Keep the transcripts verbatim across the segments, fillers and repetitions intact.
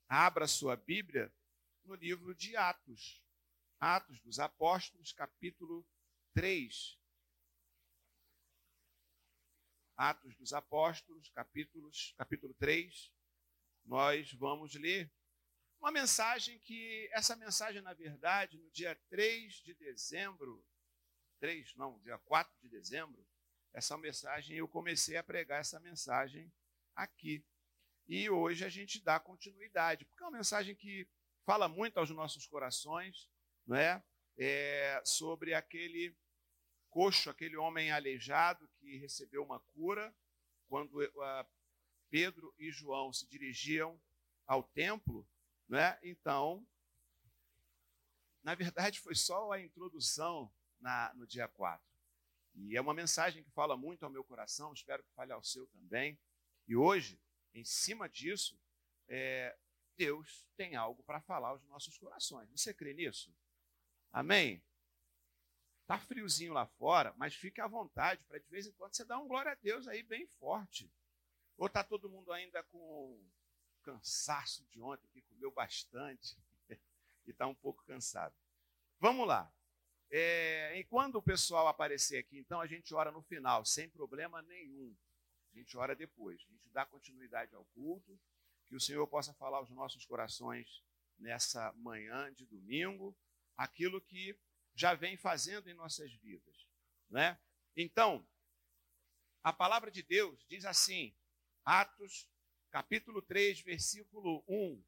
Abra sua Bíblia no livro de Atos. Atos dos Apóstolos, capítulo três. Atos dos Apóstolos, capítulos, capítulo três. Nós vamos ler uma mensagem que, essa mensagem, na verdade, no dia três de dezembro, três, não, dia quatro de dezembro, essa mensagem, eu comecei a pregar essa mensagem aqui. E hoje a gente dá continuidade, porque é uma mensagem que fala muito aos nossos corações, não é? É sobre aquele coxo, aquele homem aleijado que recebeu uma cura quando uh, Pedro e João se dirigiam ao templo, né? Então, na verdade, foi só a introdução na, no dia quatro. E é uma mensagem que fala muito ao meu coração, espero que fale ao seu também. E hoje, em cima disso, é, Deus tem algo para falar aos nossos corações. Você crê nisso? Amém? Está friozinho lá fora, mas fique à vontade para de vez em quando você dar um glória a Deus aí bem forte. Ou está todo mundo ainda com cansaço de ontem, que comeu bastante e está um pouco cansado. Vamos lá. É, e quando o pessoal aparecer aqui, então, a gente ora no final, sem problema nenhum. A gente ora depois. A gente dá continuidade ao culto, que o Senhor possa falar aos nossos corações nessa manhã de domingo, aquilo que já vem fazendo em nossas vidas, né? Então, a palavra de Deus diz assim, Atos, capítulo três, versículo um,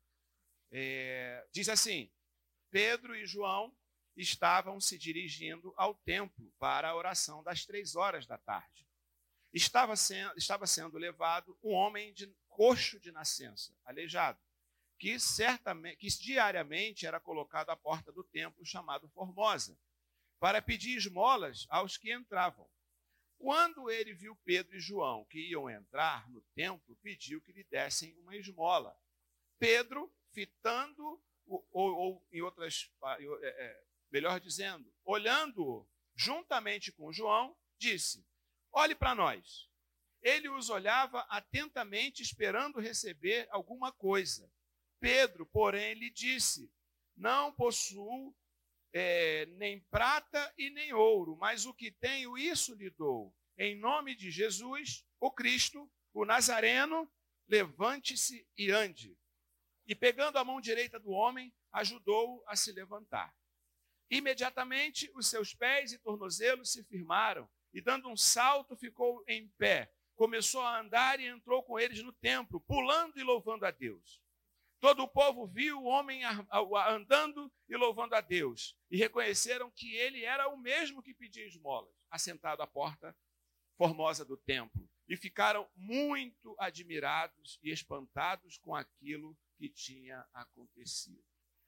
é, diz assim, Pedro e João estavam se dirigindo ao templo para a oração das três horas da tarde. Estava sendo, estava sendo levado um homem de coxo de nascença, aleijado, que, certamente, que diariamente era colocado à porta do templo chamado Formosa, para pedir esmolas aos que entravam. Quando ele viu Pedro e João que iam entrar no templo, pediu que lhe dessem uma esmola. Pedro, fitando, ou, ou em outras, é, melhor dizendo, olhando juntamente com João, disse, olhe para nós. Ele os olhava atentamente, esperando receber alguma coisa. Pedro, porém, lhe disse, não possuo é, nem prata e nem ouro, mas o que tenho, isso lhe dou. Em nome de Jesus, o Cristo, o Nazareno, levante-se e ande. E pegando a mão direita do homem, ajudou-o a se levantar. Imediatamente, os seus pés e tornozelos se firmaram, e dando um salto, ficou em pé. Começou a andar e entrou com eles no templo, pulando e louvando a Deus. Todo o povo viu o homem andando e louvando a Deus, e reconheceram que ele era o mesmo que pedia esmolas, assentado à porta formosa do templo, e ficaram muito admirados e espantados com aquilo que tinha acontecido.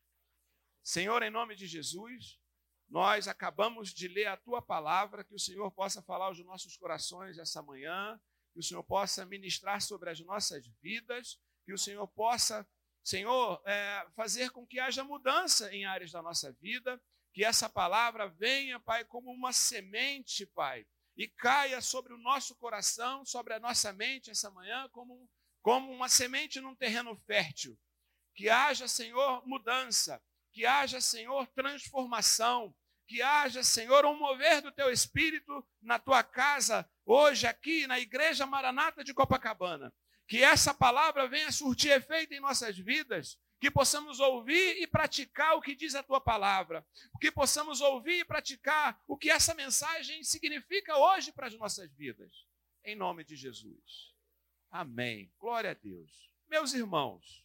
Senhor, em nome de Jesus, nós acabamos de ler a Tua palavra, que o Senhor possa falar aos nossos corações essa manhã, que o Senhor possa ministrar sobre as nossas vidas, que o Senhor possa, Senhor, é, fazer com que haja mudança em áreas da nossa vida, que essa palavra venha, Pai, como uma semente, Pai, e caia sobre o nosso coração, sobre a nossa mente essa manhã, como, como uma semente num terreno fértil. Que haja, Senhor, mudança, que haja, Senhor, transformação, que haja, Senhor, um mover do Teu Espírito na Tua casa, hoje aqui na Igreja Maranata de Copacabana. Que essa palavra venha surtir efeito em nossas vidas, que possamos ouvir e praticar o que diz a Tua palavra, que possamos ouvir e praticar o que essa mensagem significa hoje para as nossas vidas. Em nome de Jesus. Amém. Glória a Deus. Meus irmãos,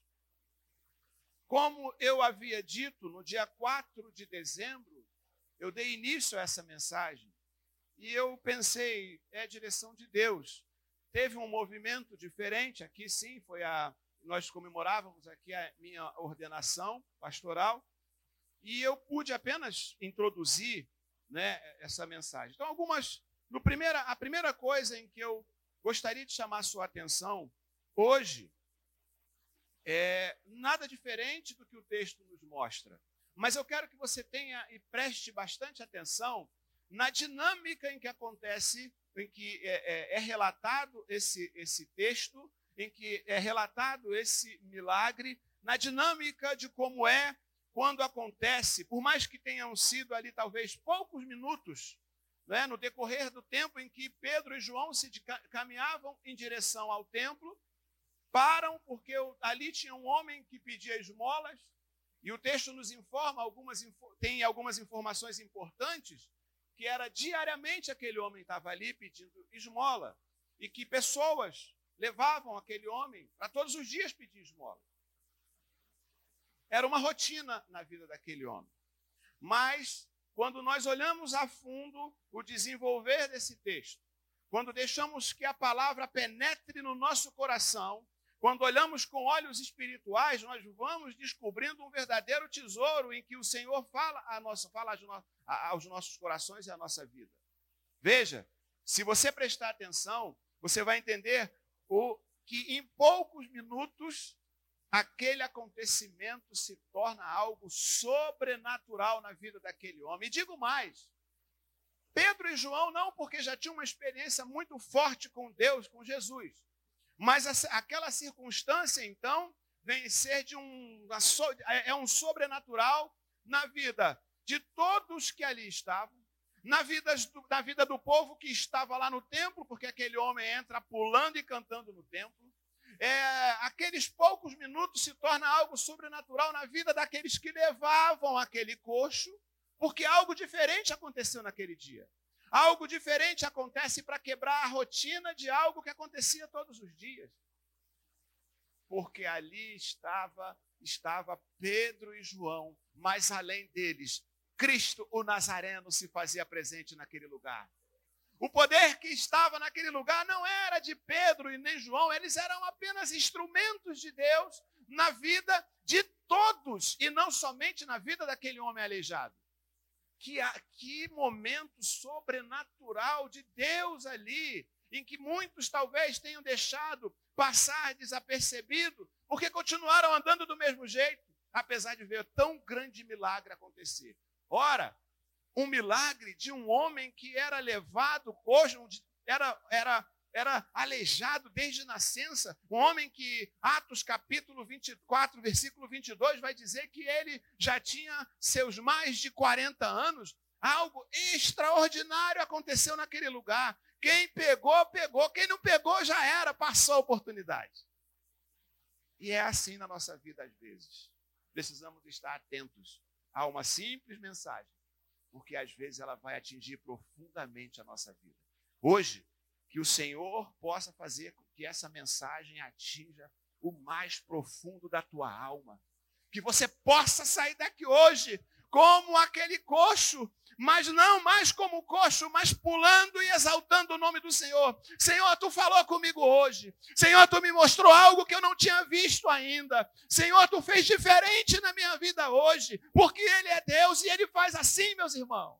como eu havia dito, no dia quatro de dezembro, eu dei início a essa mensagem e eu pensei, é a direção de Deus. Teve um movimento diferente aqui, sim, foi a, nós comemorávamos aqui a minha ordenação pastoral e eu pude apenas introduzir, né, essa mensagem. Então, algumas, no primeira, a primeira coisa em que eu gostaria de chamar a sua atenção hoje é nada diferente do que o texto nos mostra. Mas eu quero que você tenha e preste bastante atenção na dinâmica em que acontece, em que é, é, é relatado esse, esse texto em que é relatado esse milagre, na dinâmica de como é quando acontece, por mais que tenham sido ali talvez poucos minutos, né, no decorrer do tempo em que Pedro e João se caminhavam em direção ao templo, param porque ali tinha um homem que pedia esmolas, e o texto nos informa, algumas, tem algumas informações importantes, que era diariamente aquele homem estava ali pedindo esmola, e que pessoas levavam aquele homem para todos os dias pedir esmola. Era uma rotina na vida daquele homem. Mas, quando nós olhamos a fundo o desenvolver desse texto, quando deixamos que a palavra penetre no nosso coração, quando olhamos com olhos espirituais, nós vamos descobrindo um verdadeiro tesouro em que o Senhor fala, a nossa, fala aos nossos corações e à nossa vida. Veja, se você prestar atenção, você vai entender o, que em poucos minutos aquele acontecimento se torna algo sobrenatural na vida daquele homem. E digo mais, Pedro e João não, porque já tinham uma experiência muito forte com Deus, com Jesus. Mas essa, aquela circunstância, então, vem ser de um, é um sobrenatural na vida de todos que ali estavam, na vida, na vida do povo que estava lá no templo, porque aquele homem entra pulando e cantando no templo. É, aqueles poucos minutos se torna algo sobrenatural na vida daqueles que levavam aquele coxo, porque algo diferente aconteceu naquele dia. Algo diferente acontece para quebrar a rotina de algo que acontecia todos os dias. Porque ali estava, estava Pedro e João, mas além deles, Cristo, o Nazareno, se fazia presente naquele lugar. O poder que estava naquele lugar não era de Pedro e nem João, eles eram apenas instrumentos de Deus na vida de todos, e não somente na vida daquele homem aleijado. Que, que momento sobrenatural de Deus ali, em que muitos talvez tenham deixado passar desapercebido, porque continuaram andando do mesmo jeito, apesar de ver tão grande milagre acontecer. Ora, um milagre de um homem que era levado coxo, era, era, era aleijado desde nascença, um homem que, Atos capítulo vinte e quatro, versículo vinte e dois, vai dizer que ele já tinha seus mais de quarenta anos, algo extraordinário aconteceu naquele lugar. Quem pegou, pegou, quem não pegou já era, passou a oportunidade. E é assim na nossa vida às vezes. Precisamos estar atentos a uma simples mensagem, porque às vezes ela vai atingir profundamente a nossa vida. Hoje, que o Senhor possa fazer com que essa mensagem atinja o mais profundo da tua alma. Que você possa sair daqui hoje como aquele coxo, mas não mais como coxo, mas pulando e exaltando o nome do Senhor. Senhor, tu falou comigo hoje. Senhor, tu me mostrou algo que eu não tinha visto ainda. Senhor, tu fez diferente na minha vida hoje, porque Ele é Deus e Ele faz assim, meus irmãos.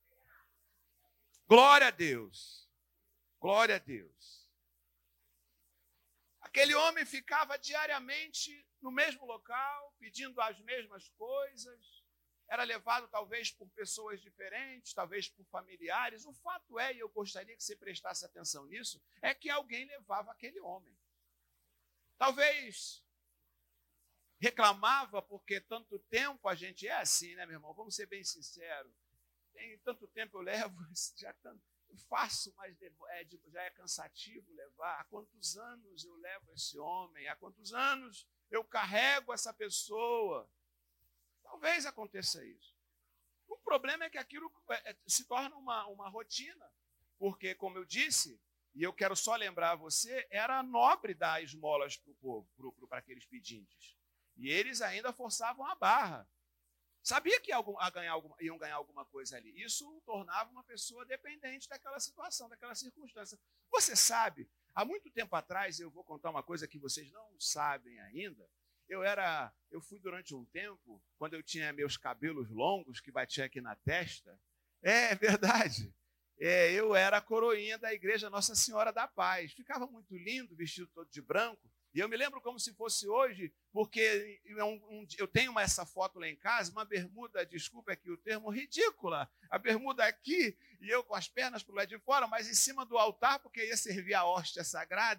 Glória a Deus. Glória a Deus. Aquele homem ficava diariamente no mesmo local, pedindo as mesmas coisas. Era levado talvez por pessoas diferentes, talvez por familiares. O fato é, e eu gostaria que você prestasse atenção nisso, é que alguém levava aquele homem. Talvez reclamava porque tanto tempo a gente é assim, né, meu irmão? Vamos ser bem sinceros. Tem tanto tempo eu levo, já tanto, eu faço, mas é, já é cansativo levar. Há quantos anos eu levo esse homem? Há quantos anos eu carrego essa pessoa? Talvez aconteça isso. O problema é que aquilo se torna uma, uma rotina, porque, como eu disse, e eu quero só lembrar a você, era nobre dar esmolas para o povo, para aqueles pedintes. E eles ainda forçavam a barra. Sabia que iam ganhar, alguma, iam ganhar alguma coisa ali. Isso o tornava uma pessoa dependente daquela situação, daquela circunstância. Você sabe, há muito tempo atrás, eu vou contar uma coisa que vocês não sabem ainda. Eu era, eu fui durante um tempo, quando eu tinha meus cabelos longos, que batiam aqui na testa. É verdade. É, eu era a coroinha da igreja Nossa Senhora da Paz. Ficava muito lindo, vestido todo de branco. E eu me lembro como se fosse hoje, porque eu, um, eu tenho uma, essa foto lá em casa, uma bermuda, desculpa aqui o termo, ridícula. A bermuda aqui, e eu com as pernas para o lado de fora, mas em cima do altar, porque ia servir a hóstia sagrada.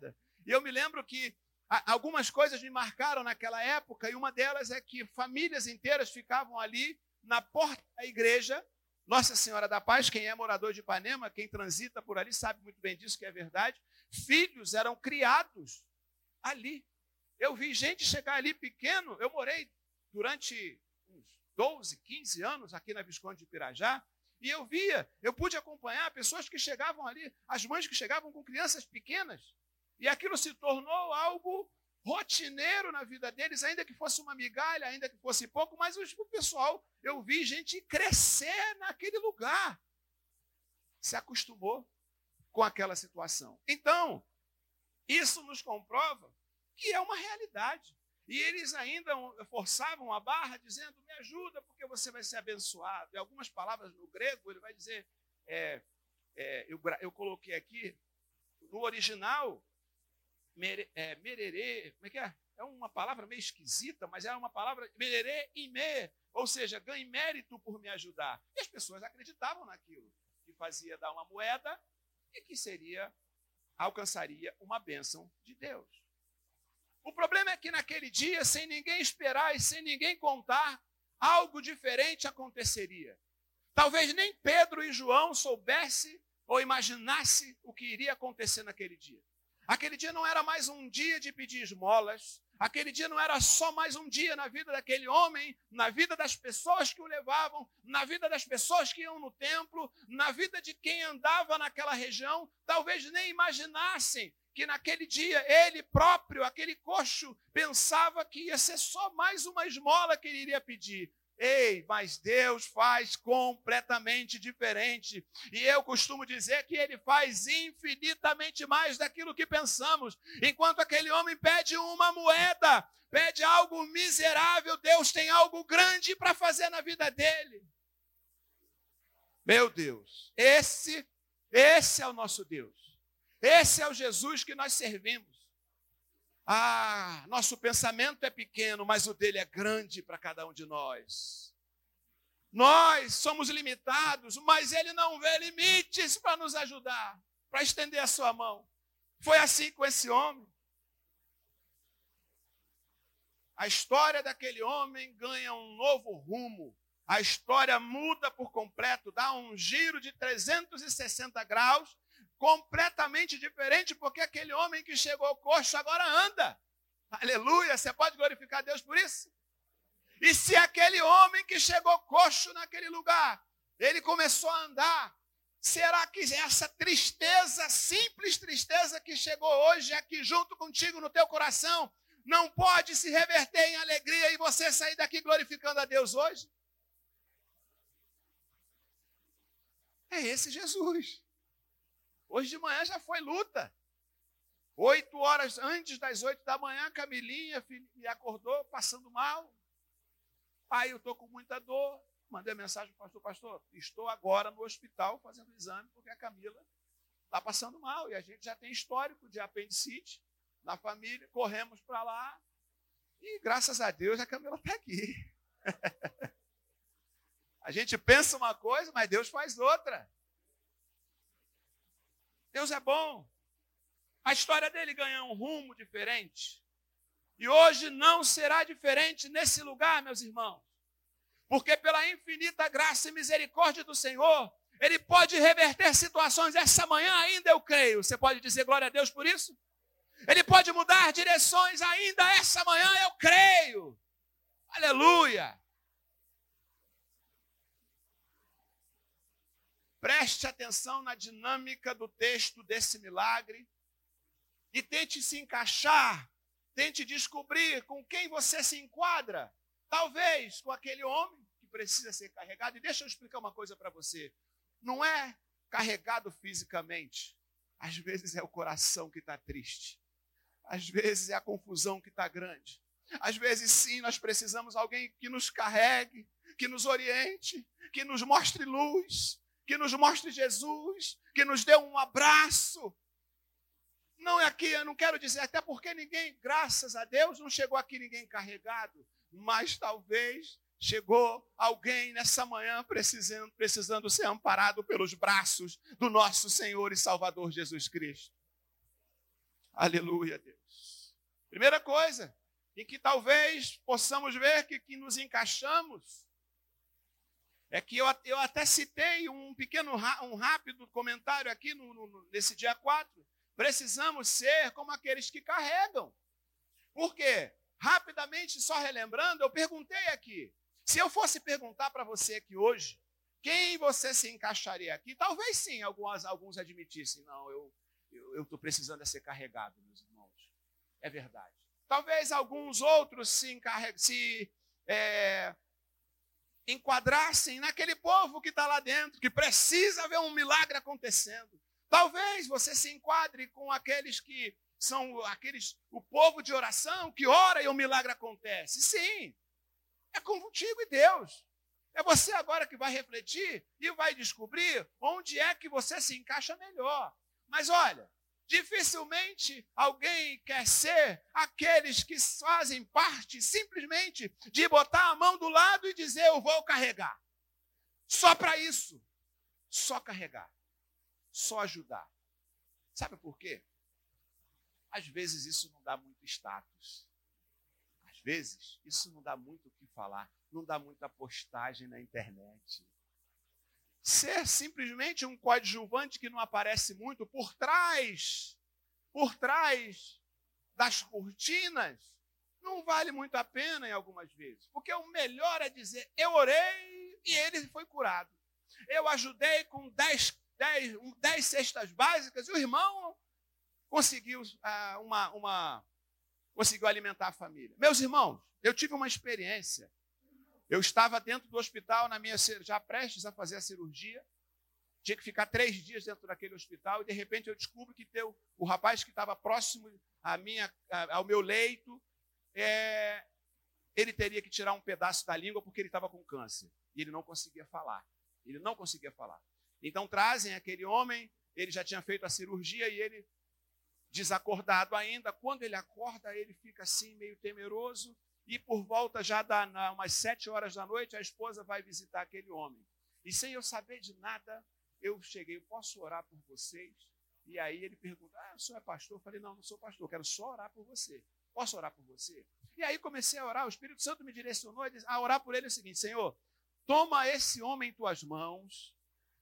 E eu me lembro que algumas coisas me marcaram naquela época, e uma delas é que famílias inteiras ficavam ali na porta da igreja, Nossa Senhora da Paz. Quem é morador de Ipanema, quem transita por ali, sabe muito bem disso, que é verdade. Filhos eram criados ali. Eu vi gente chegar ali pequeno. Eu morei durante uns doze, quinze anos aqui na Visconde de Pirajá, e eu via, eu pude acompanhar pessoas que chegavam ali, as mães que chegavam com crianças pequenas, e aquilo se tornou algo rotineiro na vida deles, ainda que fosse uma migalha, ainda que fosse pouco, mas o pessoal, eu vi gente crescer naquele lugar, se acostumou com aquela situação. Então, isso nos comprova que é uma realidade. E eles ainda forçavam a barra, dizendo, me ajuda, porque você vai ser abençoado. E algumas palavras no grego, ele vai dizer, é, é, eu, eu coloquei aqui, no original, mere, é, mererê, como é que é? É uma palavra meio esquisita, mas é uma palavra, mererê e me, ou seja, ganhe mérito por me ajudar. E as pessoas acreditavam naquilo, que fazia dar uma moeda e que seria, alcançaria uma bênção de Deus. O problema é que naquele dia, sem ninguém esperar e sem ninguém contar, algo diferente aconteceria. Talvez nem Pedro e João soubessem ou imaginassem o que iria acontecer naquele dia. Aquele dia não era mais um dia de pedir esmolas. Aquele dia não era só mais um dia na vida daquele homem, na vida das pessoas que o levavam, na vida das pessoas que iam no templo, na vida de quem andava naquela região. Talvez nem imaginassem que naquele dia ele próprio, aquele coxo, pensava que ia ser só mais uma esmola que ele iria pedir. Ei, mas Deus faz completamente diferente. E eu costumo dizer que ele faz infinitamente mais daquilo que pensamos. Enquanto aquele homem pede uma moeda, pede algo miserável, Deus tem algo grande para fazer na vida dele. Meu Deus, esse, esse é o nosso Deus. Esse é o Jesus que nós servimos. Ah, nosso pensamento é pequeno, mas o dele é grande para cada um de nós. Nós somos limitados, mas ele não vê limites para nos ajudar, para estender a sua mão. Foi assim com esse homem. A história daquele homem ganha um novo rumo. A história muda por completo, dá um giro de trezentos e sessenta graus, completamente diferente, porque aquele homem que chegou coxo agora anda. Aleluia, você pode glorificar Deus por isso? E se aquele homem que chegou coxo naquele lugar, ele começou a andar, será que essa tristeza, simples tristeza que chegou hoje aqui junto contigo no teu coração, não pode se reverter em alegria e você sair daqui glorificando a Deus hoje? É esse Jesus. Hoje de manhã já foi luta. Oito horas antes das oito da manhã, a Camilinha me acordou passando mal. Aí eu estou com muita dor. Mandei mensagem para o pastor, pastor, estou agora no hospital fazendo exame, porque a Camila está passando mal. E a gente já tem histórico de apendicite na família. Corremos para lá. E graças a Deus a Camila está aqui. A gente pensa uma coisa, mas Deus faz outra. Deus é bom. A história dele ganhou um rumo diferente. E hoje não será diferente nesse lugar, meus irmãos. Porque pela infinita graça e misericórdia do Senhor, ele pode reverter situações. Essa manhã ainda eu creio. Você pode dizer glória a Deus por isso? Ele pode mudar direções ainda essa manhã, eu creio. Aleluia. Preste atenção na dinâmica do texto desse milagre e tente se encaixar, tente descobrir com quem você se enquadra. Talvez com aquele homem que precisa ser carregado. E deixa eu explicar uma coisa para você. Não é carregado fisicamente. Às vezes é o coração que está triste. Às vezes é a confusão que está grande. Às vezes sim, nós precisamos de alguém que nos carregue, que nos oriente, que nos mostre luz, que nos mostre Jesus, que nos dê um abraço. Não é aqui, eu não quero dizer, até porque ninguém, graças a Deus, não chegou aqui ninguém carregado, mas talvez chegou alguém nessa manhã precisando, precisando ser amparado pelos braços do nosso Senhor e Salvador Jesus Cristo. Aleluia, Deus. Primeira coisa, em que talvez possamos ver que, que nos encaixamos, é que eu, eu até citei um pequeno, um rápido comentário aqui no, no, nesse dia quatro. Precisamos ser como aqueles que carregam. Por quê? Rapidamente, só relembrando, eu perguntei aqui. Se eu fosse perguntar para você aqui hoje, quem você se encaixaria aqui? Talvez sim, alguns, alguns admitissem. Não, eu estou precisando de ser carregado, meus irmãos. É verdade. Talvez alguns outros se, encarre... se é... enquadrassem naquele povo que está lá dentro, que precisa ver um milagre acontecendo. Talvez você se enquadre com aqueles que são aqueles, o povo de oração que ora e o milagre acontece. Sim, é contigo e Deus. É você agora que vai refletir e vai descobrir onde é que você se encaixa melhor. Mas olha, dificilmente alguém quer ser aqueles que fazem parte simplesmente de botar a mão do lado e dizer eu vou carregar. Só para isso. Só carregar. Só ajudar. Sabe por quê? Às vezes isso não dá muito status. Às vezes isso não dá muito o que falar. Não dá muita postagem na internet. Ser simplesmente um coadjuvante que não aparece muito por trás, por trás das cortinas, não vale muito a pena em algumas vezes. Porque o melhor é dizer, eu orei e ele foi curado. Eu ajudei com dez, dez, dez cestas básicas e o irmão conseguiu, ah, uma, uma, conseguiu alimentar a família. Meus irmãos, eu tive uma experiência. Eu estava dentro do hospital, na minha, já prestes a fazer a cirurgia. Tinha que ficar três dias dentro daquele hospital. E, de repente, eu descubro que teu, o rapaz que estava próximo à minha, ao meu leito, é, ele teria que tirar um pedaço da língua porque ele estava com câncer. E ele não conseguia falar. Ele não conseguia falar. Então, trazem aquele homem, ele já tinha feito a cirurgia e ele, desacordado ainda, quando ele acorda, ele fica assim, meio temeroso. E por volta já da umas sete horas da noite, a esposa vai visitar aquele homem. E sem eu saber de nada, eu cheguei, eu posso orar por vocês? E aí ele pergunta, ah, o senhor é pastor? Eu falei, não, não sou pastor, quero só orar por você. Posso orar por você? E aí comecei a orar, o Espírito Santo me direcionou a orar por ele o seguinte, Senhor, toma esse homem em tuas mãos,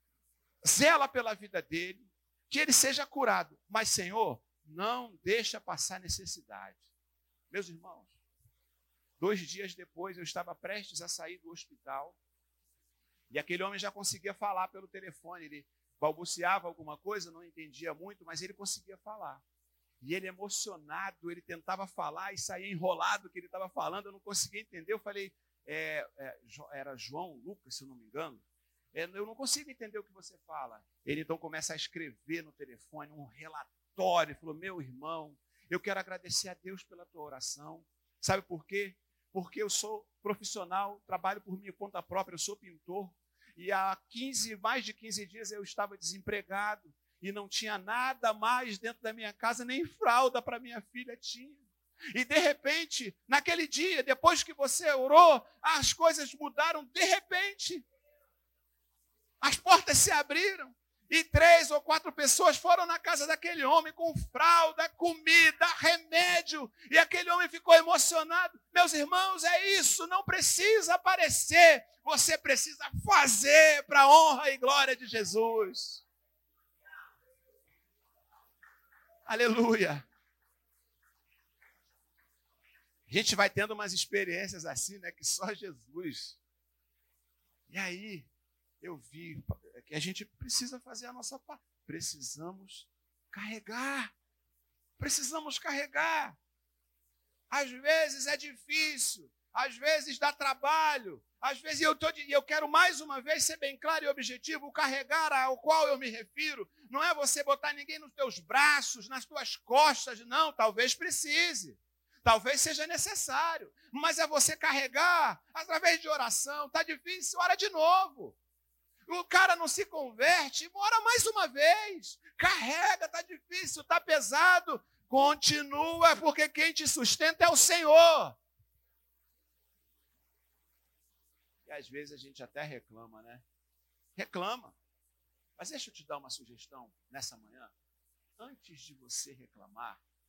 zela pela vida dele, que ele seja curado. Mas, Senhor, não deixa passar necessidade. Meus irmãos, dois dias depois, eu estava prestes a sair do hospital e aquele homem já conseguia falar pelo telefone. Ele balbuciava alguma coisa, não entendia muito, mas ele conseguia falar. E ele, emocionado, ele tentava falar e saía enrolado o que ele estava falando, eu não conseguia entender. Eu falei, é, é, era João Lucas, se eu não me engano, é, eu não consigo entender o que você fala. Ele então começa a escrever no telefone um relatório. Ele falou, meu irmão, eu quero agradecer a Deus pela tua oração. Sabe por quê? Porque eu sou profissional, trabalho por minha conta própria, eu sou pintor, e há quinze, mais de quinze dias eu estava desempregado, e não tinha nada mais dentro da minha casa, nem fralda para minha filha tinha. E de repente, naquele dia, depois que você orou, as coisas mudaram, de repente, as portas se abriram, e três ou quatro pessoas foram na casa daquele homem com fralda, comida, remédio. E aquele homem ficou emocionado. Meus irmãos, é isso. Não precisa aparecer. Você precisa fazer para a honra e glória de Jesus. Aleluia. A gente vai tendo umas experiências assim, né? Que só Jesus. E aí, eu vi que a gente precisa fazer a nossa parte. Precisamos carregar. Precisamos carregar. Às vezes é difícil. Às vezes dá trabalho. Às vezes, e eu, tô, eu quero mais uma vez ser bem claro e objetivo, o carregar ao qual eu me refiro, não é você botar ninguém nos teus braços, nas tuas costas, não, talvez precise. Talvez seja necessário. Mas é você carregar através de oração. Está difícil, ora de novo. O cara não se converte, ora mais uma vez. Carrega, está difícil, está pesado. Continua, porque quem te sustenta é o Senhor. E às vezes a gente até reclama, né? Reclama. Mas deixa eu te dar uma sugestão nessa manhã. Antes de você reclamar,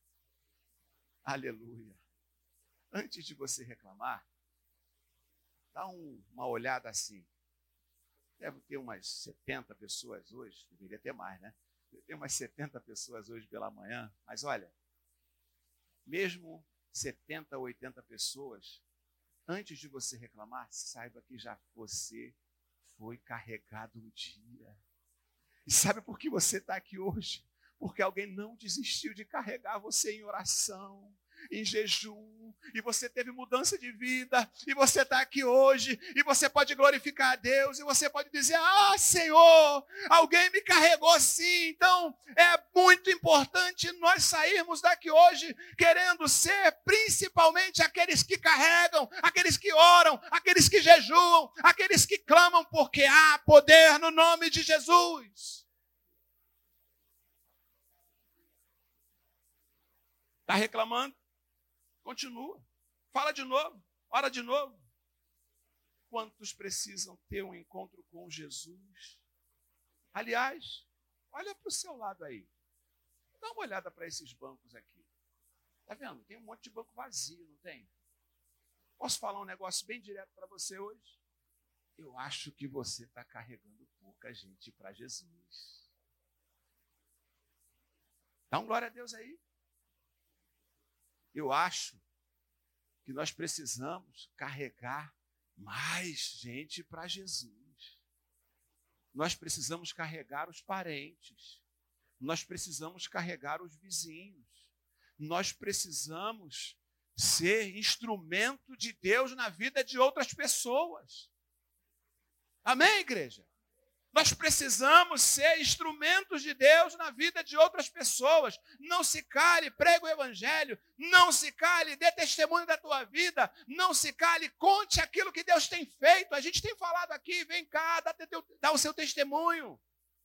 Aleluia. Antes de você reclamar, dá um, uma olhada assim. Deve ter umas setenta pessoas hoje, deveria ter mais, né? Deve ter umas setenta pessoas hoje pela manhã, mas olha, mesmo setenta, oitenta pessoas, antes de você reclamar, saiba que já você foi carregado um dia. E sabe por que você está aqui hoje? Porque alguém não desistiu de carregar você em oração, em jejum, e você teve mudança de vida, e você está aqui hoje, e você pode glorificar a Deus, e você pode dizer, ah, Senhor, alguém me carregou sim. Então, é muito importante nós sairmos daqui hoje querendo ser principalmente aqueles que carregam, aqueles que oram, aqueles que jejuam, aqueles que clamam, porque há poder no nome de Jesus. Está reclamando? Continua. Fala de novo. Ora de novo. Quantos precisam ter um encontro com Jesus? Aliás, olha para o seu lado aí. Dá uma olhada para esses bancos aqui. Está vendo? Tem um monte de banco vazio, não tem? Posso falar um negócio bem direto para você hoje? Eu acho que você está carregando pouca gente para Jesus. Dá um glória a Deus aí. Eu acho que nós precisamos carregar mais gente para Jesus. Nós precisamos carregar os parentes. Nós precisamos carregar os vizinhos. Nós precisamos ser instrumento de Deus na vida de outras pessoas. Amém, igreja? Nós precisamos ser instrumentos de Deus na vida de outras pessoas. Não se cale, prega o evangelho. Não se cale, dê testemunho da tua vida. Não se cale, conte aquilo que Deus tem feito. A gente tem falado aqui, vem cá, dá, teu, dá o seu testemunho.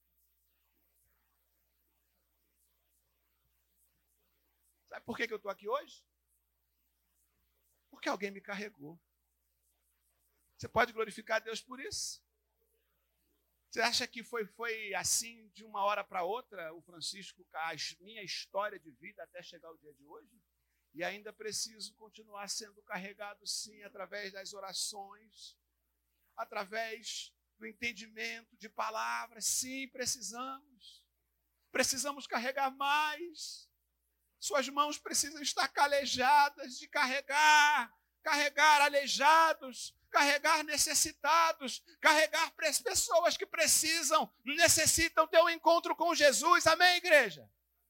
Sabe por que eu estou aqui hoje? Porque alguém me carregou. Você pode glorificar a Deus por isso? Você acha que foi, foi assim de uma hora para outra, o Francisco, a minha história de vida até chegar o dia de hoje? E ainda preciso continuar sendo carregado, sim, através das orações, através do entendimento de palavras. Sim, precisamos. Precisamos carregar mais. Suas mãos precisam estar calejadas de carregar, carregar aleijados, carregar necessitados, carregar pessoas que precisam, necessitam ter um encontro com Jesus. Amém, igreja?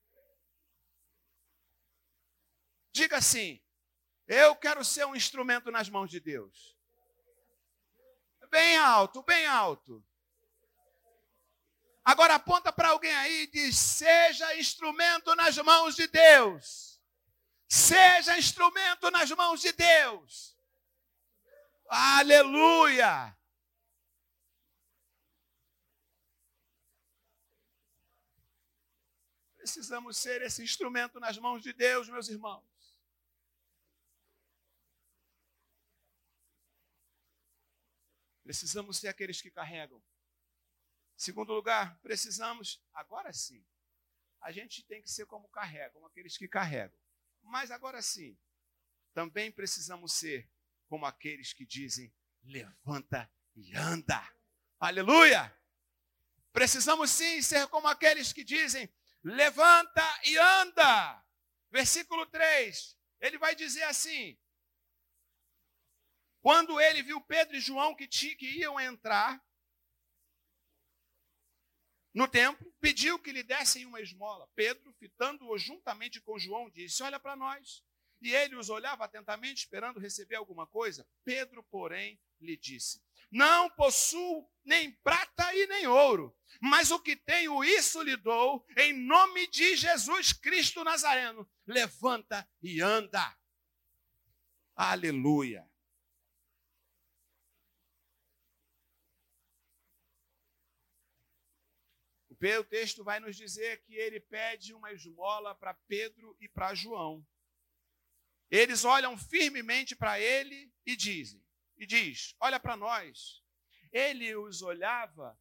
Diga assim, eu quero ser um instrumento nas mãos de Deus. Bem alto, bem alto. Agora aponta para alguém aí e diz, seja instrumento nas mãos de Deus. Seja instrumento nas mãos de Deus. Aleluia! Precisamos ser esse instrumento nas mãos de Deus, meus irmãos. Precisamos ser aqueles que carregam. Segundo lugar, precisamos, agora sim, a gente tem que ser como carregam, como aqueles que carregam. Mas agora sim, também precisamos ser como aqueles que dizem, levanta e anda. Aleluia! Precisamos sim ser como aqueles que dizem, levanta e anda. Versículo três, ele vai dizer assim, quando ele viu Pedro e João que, tinham, que iam entrar no templo, pediu que lhe dessem uma esmola. Pedro, fitando-o juntamente com João, disse, olha para nós. E ele os olhava atentamente, esperando receber alguma coisa. Pedro, porém, lhe disse, não possuo nem prata e nem ouro, mas o que tenho, isso lhe dou, em nome de Jesus Cristo Nazareno. Levanta e anda. Aleluia. O texto vai nos dizer que ele pede uma esmola para Pedro e para João. Eles olham firmemente para ele e dizem, e diz, olha para nós. Ele os olhava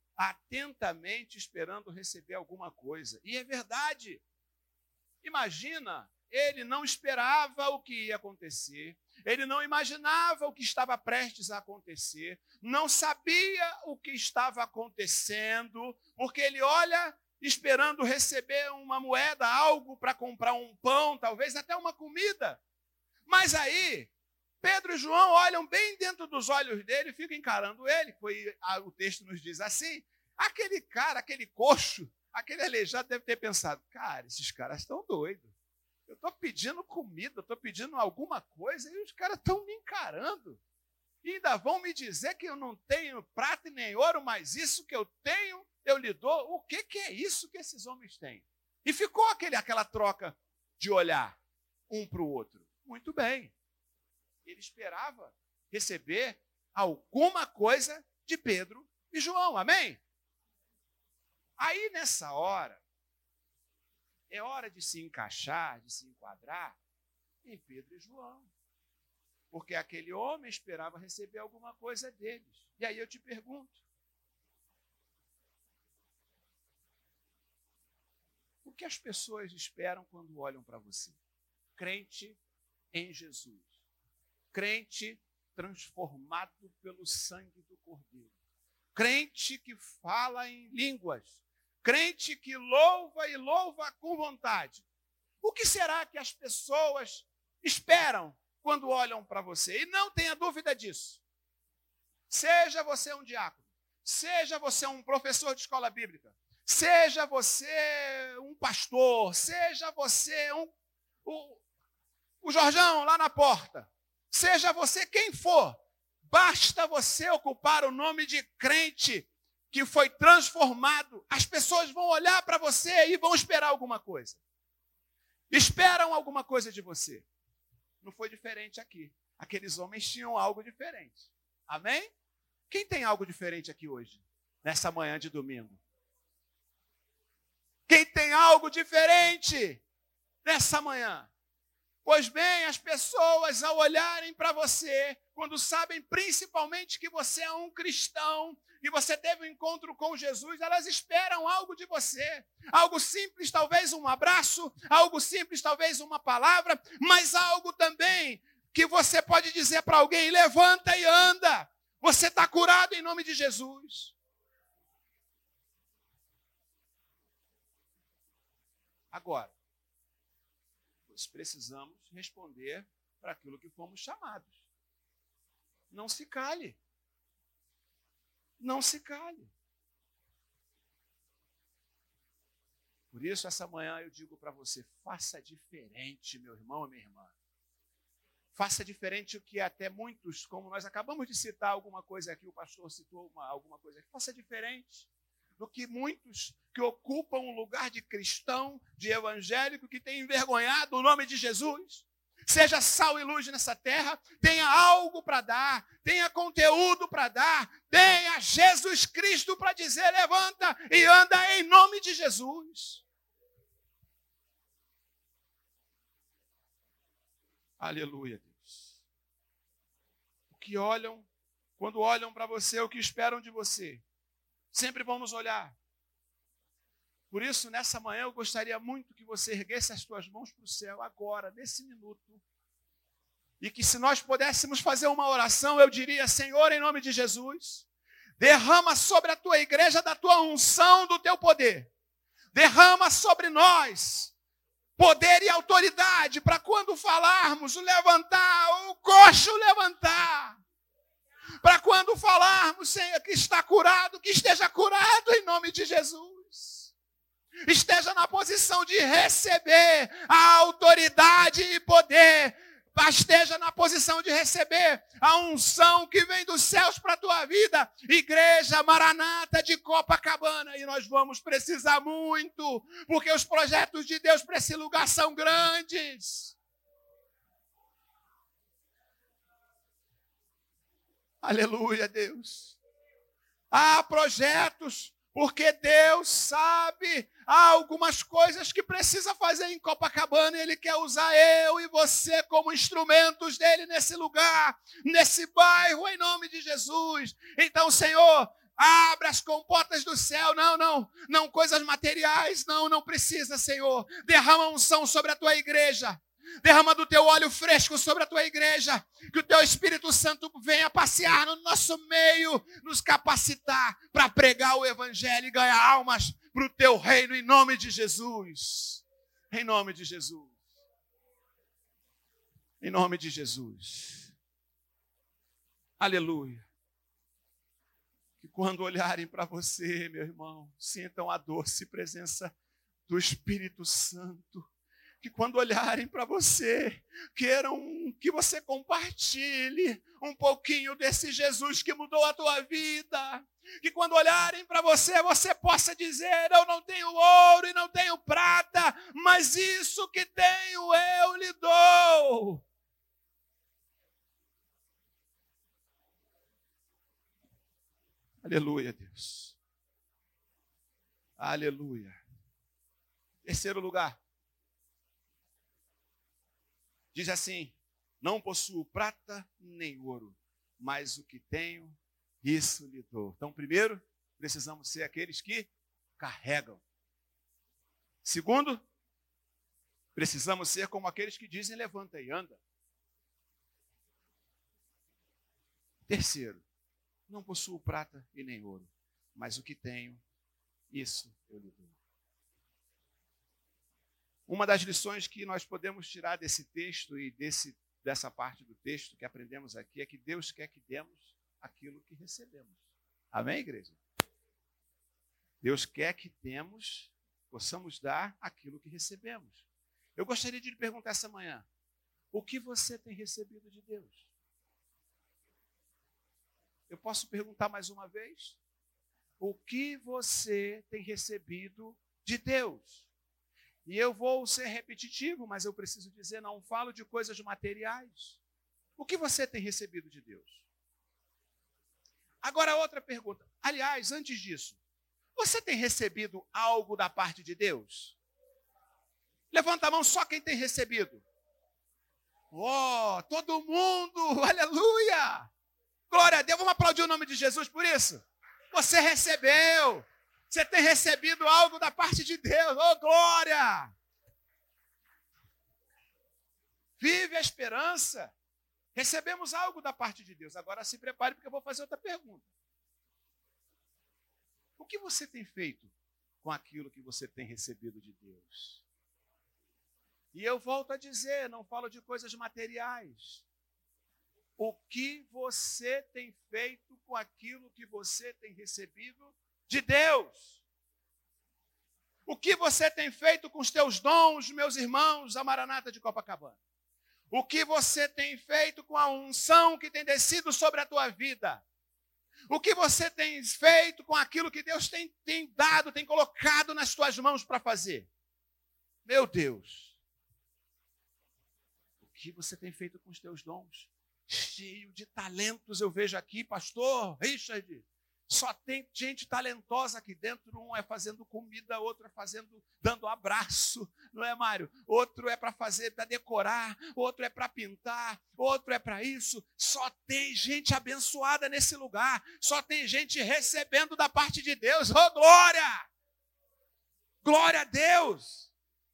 atentamente esperando receber alguma coisa. E é verdade. Imagina ele não esperava o que ia acontecer, ele não imaginava o que estava prestes a acontecer, não sabia o que estava acontecendo, porque ele olha esperando receber uma moeda, algo para comprar um pão, talvez até uma comida. Mas aí, Pedro e João olham bem dentro dos olhos dele e ficam encarando ele. Foi, o texto nos diz assim, aquele cara, aquele coxo, aquele aleijado deve ter pensado, cara, esses caras estão doidos. Eu estou pedindo comida, estou pedindo alguma coisa e os caras estão me encarando. E ainda vão me dizer que eu não tenho prata e nem ouro, mas isso que eu tenho, eu lhe dou. O que, que é isso que esses homens têm? E ficou aquele, aquela troca de olhar um para o outro. Muito bem. Ele esperava receber alguma coisa de Pedro e João. Amém? Aí, nessa hora, é hora de se encaixar, de se enquadrar em Pedro e João. Porque aquele homem esperava receber alguma coisa deles. E aí eu te pergunto, o que as pessoas esperam quando olham para você? Crente em Jesus. Crente transformado pelo sangue do Cordeiro. Crente que fala em línguas. Crente que louva e louva com vontade. O que será que as pessoas esperam quando olham para você? E não tenha dúvida disso. Seja você um diácono, seja você um professor de escola bíblica, seja você um pastor, seja você um, o, o Jorjão lá na porta, seja você quem for, basta você ocupar o nome de crente que foi transformado, as pessoas vão olhar para você e vão esperar alguma coisa. Esperam alguma coisa de você. Não foi diferente aqui. Aqueles homens tinham algo diferente. Amém? Quem tem algo diferente aqui hoje, nessa manhã de domingo? Quem tem algo diferente nessa manhã? Pois bem, as pessoas, ao olharem para você, quando sabem principalmente que você é um cristão e você teve um encontro com Jesus, elas esperam algo de você. Algo simples, talvez um abraço, algo simples, talvez uma palavra, mas algo também que você pode dizer para alguém, levanta e anda. Você está curado em nome de Jesus. Agora, nós precisamos responder para aquilo que fomos chamados. Não se cale. Não se cale. Por isso, essa manhã eu digo para você, faça diferente, meu irmão e minha irmã. Faça diferente o que até muitos, como nós acabamos de citar alguma coisa aqui, o pastor citou uma, alguma coisa aqui, faça diferente do que muitos que ocupam um lugar de cristão, de evangélico, que tem envergonhado o nome de Jesus. Seja sal e luz nessa terra, tenha algo para dar, tenha conteúdo para dar, tenha Jesus Cristo para dizer, levanta e anda em nome de Jesus. Aleluia, Deus. O que olham, quando olham para você, o que esperam de você, sempre vão nos olhar. Por isso, nessa manhã, eu gostaria muito que você erguesse as suas mãos para o céu, agora, nesse minuto. E que se nós pudéssemos fazer uma oração, eu diria, Senhor, em nome de Jesus, derrama sobre a tua igreja da tua unção, do teu poder. Derrama sobre nós poder e autoridade para quando falarmos, o levantar, o coxo levantar. Para quando falarmos, Senhor, que está curado, que esteja curado em nome de Jesus. Esteja na posição de receber a autoridade e poder. Esteja na posição de receber a unção que vem dos céus para a tua vida. Igreja Maranata de Copacabana. E nós vamos precisar muito, porque os projetos de Deus para esse lugar são grandes. Aleluia, Deus. Há projetos, porque Deus sabe, há algumas coisas que precisa fazer em Copacabana e Ele quer usar eu e você como instrumentos dEle nesse lugar, nesse bairro, em nome de Jesus. Então, Senhor, Abra as comportas do céu. Não, não, não coisas materiais. Não, não precisa, Senhor. Derrama unção sobre a tua igreja. Derrama do teu óleo fresco sobre a tua igreja. Que o teu Espírito Santo venha passear no nosso meio, nos capacitar para pregar o evangelho e ganhar almas para o teu reino, em nome de Jesus. Em nome de Jesus. Em nome de Jesus. Aleluia. Que quando olharem para você, meu irmão, sintam a doce presença do Espírito Santo. Que quando olharem para você, queiram que você compartilhe um pouquinho desse Jesus que mudou a tua vida. Que quando olharem para você, você possa dizer: eu não tenho ouro e não tenho prata, mas isso que tenho eu lhe dou. Aleluia, Deus. Aleluia. Terceiro lugar. Diz assim: não possuo prata nem ouro, mas o que tenho, isso lhe dou. Então, primeiro, precisamos ser aqueles que carregam. Segundo, precisamos ser como aqueles que dizem: levanta e anda. Terceiro, não possuo prata e nem ouro, mas o que tenho, isso eu lhe dou. Uma das lições que nós podemos tirar desse texto e desse, dessa parte do texto que aprendemos aqui é que Deus quer que demos aquilo que recebemos. Amém, igreja? Deus quer que demos, possamos dar aquilo que recebemos. Eu gostaria de lhe perguntar essa manhã: o que você tem recebido de Deus? Eu posso perguntar mais uma vez? O que você tem recebido de Deus? E eu vou ser repetitivo, mas eu preciso dizer, não falo de coisas materiais. O que você tem recebido de Deus? Agora, outra pergunta. Aliás, antes disso, você tem recebido algo da parte de Deus? Levanta a mão só quem tem recebido. Oh, todo mundo, aleluia! Glória a Deus, vamos aplaudir o nome de Jesus por isso? Você recebeu. Você tem recebido algo da parte de Deus. Oh, glória! Vive a esperança. Recebemos algo da parte de Deus. Agora se prepare, porque eu vou fazer outra pergunta. O que você tem feito com aquilo que você tem recebido de Deus? E eu volto a dizer, não falo de coisas materiais. O que você tem feito com aquilo que você tem recebido de Deus? O que você tem feito com os teus dons, meus irmãos, da Maranata de Copacabana? O que você tem feito com a unção que tem descido sobre a tua vida? O que você tem feito com aquilo que Deus tem, tem dado, tem colocado nas tuas mãos para fazer? Meu Deus! O que você tem feito com os teus dons? Cheio de talentos, eu vejo aqui, pastor Richard. Só tem gente talentosa aqui dentro. Um é fazendo comida, outro é fazendo, dando abraço, não é, Mário? Outro é para fazer, para decorar, outro é para pintar, outro é para isso. Só tem gente abençoada nesse lugar. Só tem gente recebendo da parte de Deus. Oh, glória! Glória a Deus!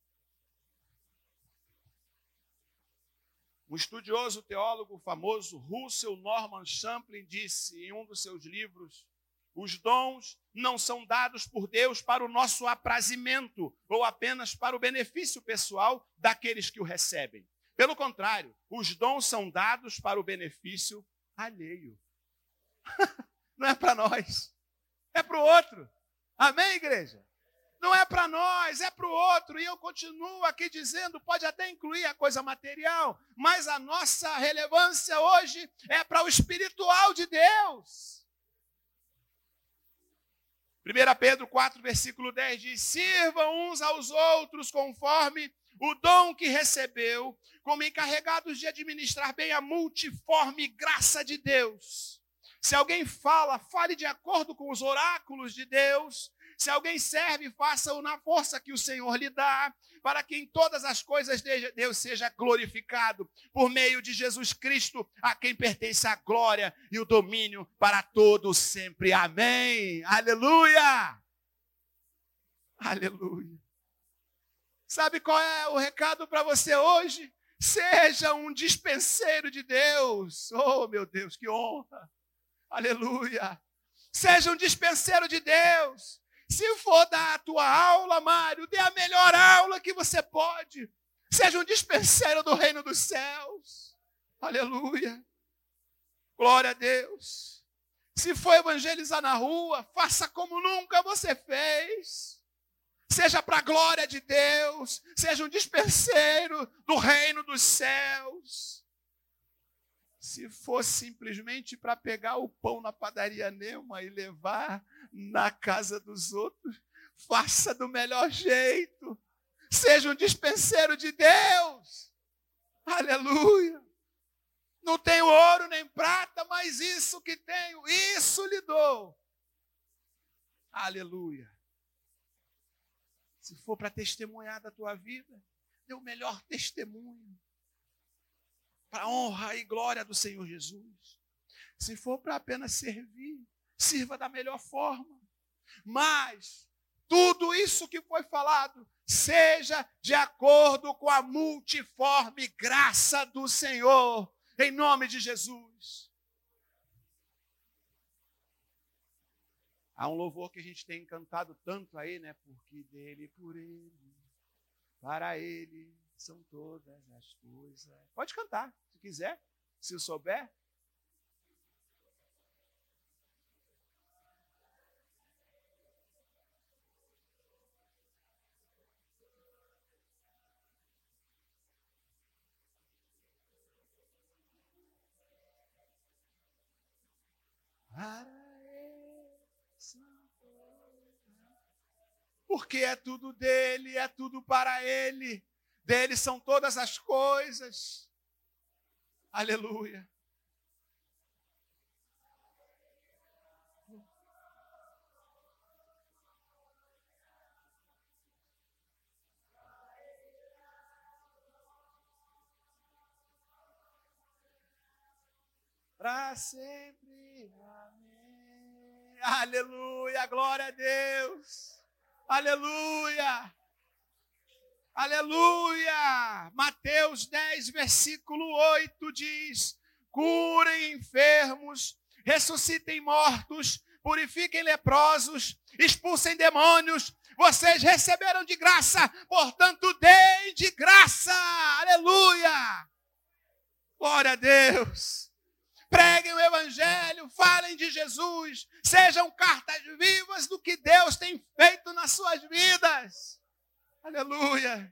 Um estudioso teólogo famoso, Russell Norman Champlin, disse em um dos seus livros: os dons não são dados por Deus para o nosso aprazimento ou apenas para o benefício pessoal daqueles que o recebem. Pelo contrário, os dons são dados para o benefício alheio. Não é para nós, é para o outro. Amém, igreja? Não é para nós, é para o outro. E eu continuo aqui dizendo, pode até incluir a coisa material, mas a nossa relevância hoje é para o espiritual de Deus. primeira Pedro quatro, versículo dez diz: sirvam uns aos outros conforme o dom que recebeu, como encarregados de administrar bem a multiforme graça de Deus. Se alguém fala, fale de acordo com os oráculos de Deus. Se alguém serve, faça-o na força que o Senhor lhe dá, para que em todas as coisas Deus seja glorificado, por meio de Jesus Cristo, a quem pertence a glória e o domínio para todos sempre. Amém. Aleluia. Aleluia. Sabe qual é o recado para você hoje? Seja um dispenseiro de Deus. Oh, meu Deus, que honra. Aleluia. Seja um dispenseiro de Deus. Se for dar a tua aula, Mário, dê a melhor aula que você pode. Seja um dispenseiro do reino dos céus. Aleluia. Glória a Deus. Se for evangelizar na rua, faça como nunca você fez. Seja para a glória de Deus. Seja um dispenseiro do reino dos céus. Se for simplesmente para pegar o pão na padaria Neuma e levar na casa dos outros, faça do melhor jeito. Seja um dispenseiro de Deus. Aleluia. Não tenho ouro nem prata, mas isso que tenho, isso lhe dou. Aleluia. Se for para testemunhar da tua vida, dê o melhor testemunho. Para a honra e glória do Senhor Jesus. Se for para apenas servir, sirva da melhor forma. Mas tudo isso que foi falado, seja de acordo com a multiforme graça do Senhor, em nome de Jesus. Há um louvor que a gente tem cantado tanto aí, né? Porque dele, por ele, para ele são todas as coisas. Pode cantar, se quiser, se eu souber. Porque é tudo dele, é tudo para ele. Dele são todas as coisas. Aleluia. Para sempre. Amém. Aleluia. Glória a Deus. Aleluia. Aleluia! Mateus dez, versículo oito diz: curem enfermos, ressuscitem mortos, purifiquem leprosos, expulsem demônios. Vocês receberam de graça, portanto, deem de graça. Aleluia! Glória a Deus! Preguem o evangelho, falem de Jesus, sejam cartas vivas do que Deus tem feito nas suas vidas. Aleluia!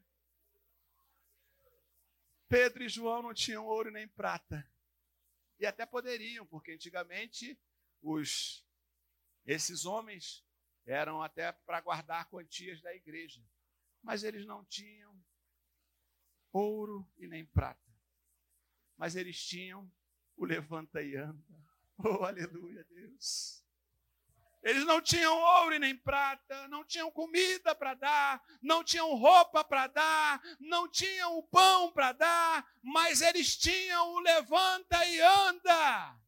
Pedro e João não tinham ouro nem prata. E até poderiam, porque antigamente os, esses homens eram até para guardar quantias da igreja. Mas eles não tinham ouro e nem prata. Mas eles tinham o levanta e anda. Oh, aleluia, Deus! Eles não tinham ouro e nem prata, não tinham comida para dar, não tinham roupa para dar, não tinham o pão para dar, mas eles tinham o levanta e anda.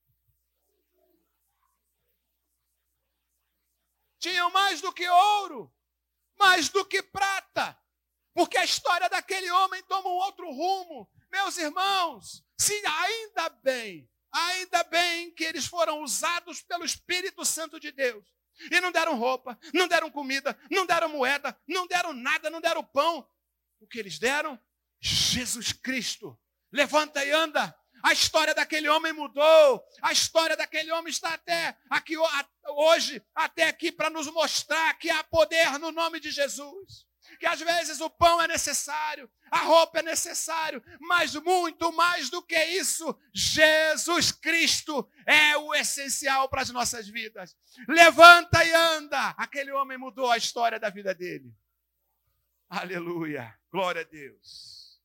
Tinham mais do que ouro, mais do que prata, porque a história daquele homem toma um outro rumo. Meus irmãos, se ainda bem, ainda bem que eles foram usados pelo Espírito Santo de Deus. E não deram roupa, não deram comida, não deram moeda, não deram nada, não deram pão. O que eles deram? Jesus Cristo. Levanta e anda. A história daquele homem mudou. A história daquele homem está até aqui hoje, até aqui para nos mostrar que há poder no nome de Jesus. Que às vezes o pão é necessário, a roupa é necessário, mas muito mais do que isso, Jesus Cristo é o essencial para as nossas vidas. Levanta e anda. Aquele homem mudou a história da vida dele. Aleluia. Glória a Deus.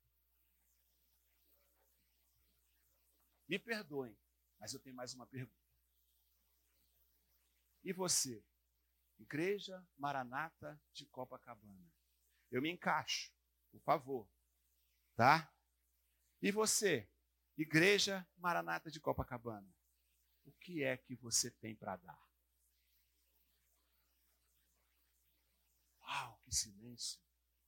Me perdoem, mas eu tenho mais uma pergunta. E você? Igreja Maranata de Copacabana. Eu me encaixo, por favor, tá? E você, Igreja Maranata de Copacabana, o que é que você tem para dar? Uau, que silêncio.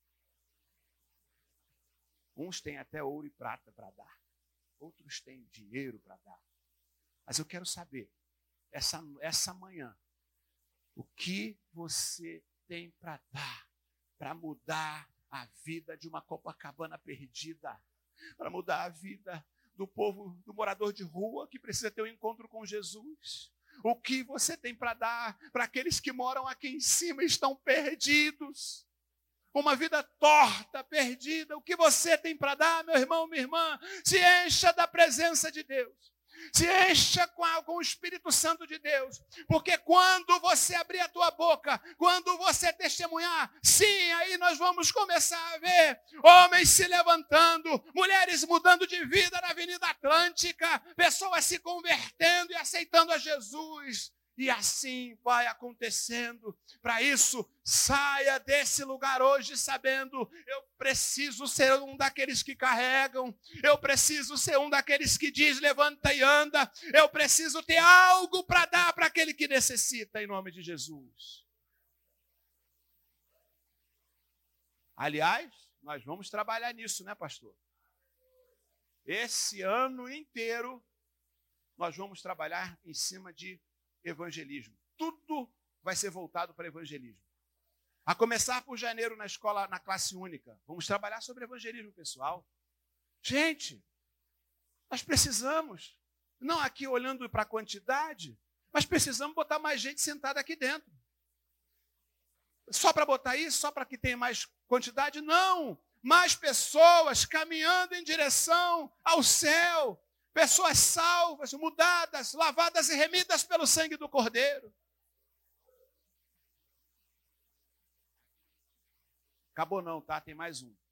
Uns têm até ouro e prata para dar, outros têm dinheiro para dar. Mas eu quero saber, essa, essa manhã, o que você tem para dar, para mudar a vida de uma Copacabana perdida, para mudar a vida do povo, do morador de rua que precisa ter um encontro com Jesus. O que você tem para dar para aqueles que moram aqui em cima e estão perdidos? Uma vida torta, perdida. O que você tem para dar, meu irmão, minha irmã? Se encha da presença de Deus. Se encha com, a, com o Espírito Santo de Deus. Porque quando você abrir a tua boca, quando você testemunhar, sim, aí nós vamos começar a ver homens se levantando, mulheres mudando de vida na Avenida Atlântica, pessoas se convertendo e aceitando a Jesus. E assim vai acontecendo. Para isso, saia desse lugar hoje sabendo, eu preciso ser um daqueles que carregam, eu preciso ser um daqueles que diz, levanta e anda, eu preciso ter algo para dar para aquele que necessita, em nome de Jesus. Aliás, nós vamos trabalhar nisso, né, pastor? Esse ano inteiro, nós vamos trabalhar em cima de evangelismo. Tudo vai ser voltado para evangelismo. A começar por janeiro na escola, na classe única. Vamos trabalhar sobre evangelismo pessoal. Gente, nós precisamos, não aqui olhando para a quantidade, mas precisamos botar mais gente sentada aqui dentro. Só para botar isso? Só para que tenha mais quantidade? Não! Mais pessoas caminhando em direção ao céu. Pessoas salvas, mudadas, lavadas e remidas pelo sangue do Cordeiro. Acabou não, tá? Tem mais um.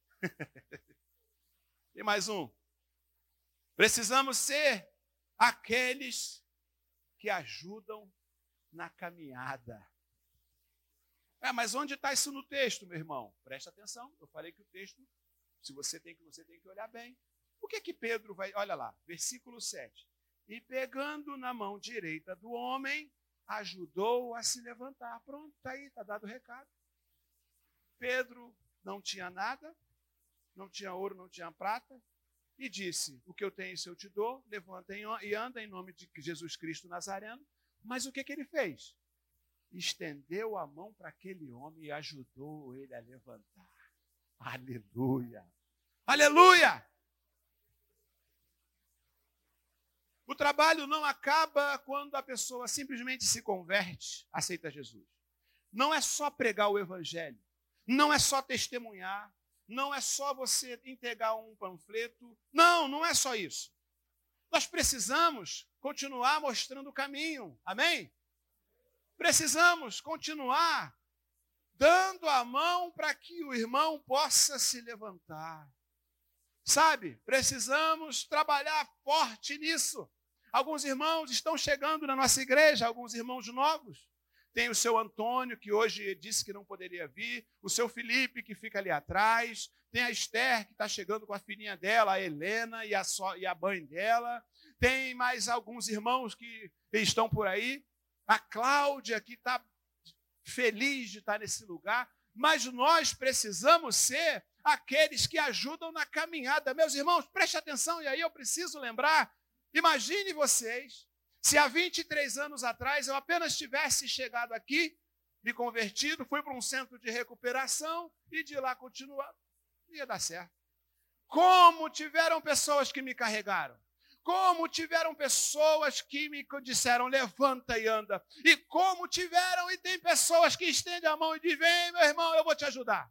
Tem mais um. Precisamos ser aqueles que ajudam na caminhada. É, mas onde está isso no texto, meu irmão? Presta atenção. Eu falei que o texto, se você tem que, você tem que olhar bem. O que que Pedro vai... Olha lá, versículo sete. E pegando na mão direita do homem, ajudou a se levantar. Pronto, está aí, está dado o recado. Pedro não tinha nada, não tinha ouro, não tinha prata, e disse, o que eu tenho, isso eu te dou, levanta e anda em nome de Jesus Cristo Nazareno. Mas o que que ele fez? Estendeu a mão para aquele homem e ajudou ele a levantar. Aleluia! Aleluia! O trabalho não acaba quando a pessoa simplesmente se converte, aceita Jesus. Não é só pregar o evangelho, não é só testemunhar, não é só você entregar um panfleto. Não, não é só isso. Nós precisamos continuar mostrando o caminho, amém? Precisamos continuar dando a mão para que o irmão possa se levantar. Sabe, precisamos trabalhar forte nisso. Alguns irmãos estão chegando na nossa igreja, alguns irmãos novos. Tem o seu Antônio, que hoje disse que não poderia vir, o seu Felipe, que fica ali atrás, tem a Esther, que está chegando com a filhinha dela, a Helena e a, so, e a mãe dela, tem mais alguns irmãos que estão por aí, a Cláudia, que está feliz de estar nesse lugar, mas nós precisamos ser aqueles que ajudam na caminhada. Meus irmãos, preste atenção, e aí eu preciso lembrar, imagine vocês, se há vinte e três anos atrás eu apenas tivesse chegado aqui, me convertido, fui para um centro de recuperação e de lá continuar, ia dar certo. Como tiveram pessoas que me carregaram, como tiveram pessoas que me disseram, levanta e anda, e como tiveram e tem pessoas que estendem a mão e dizem, vem meu irmão, eu vou te ajudar.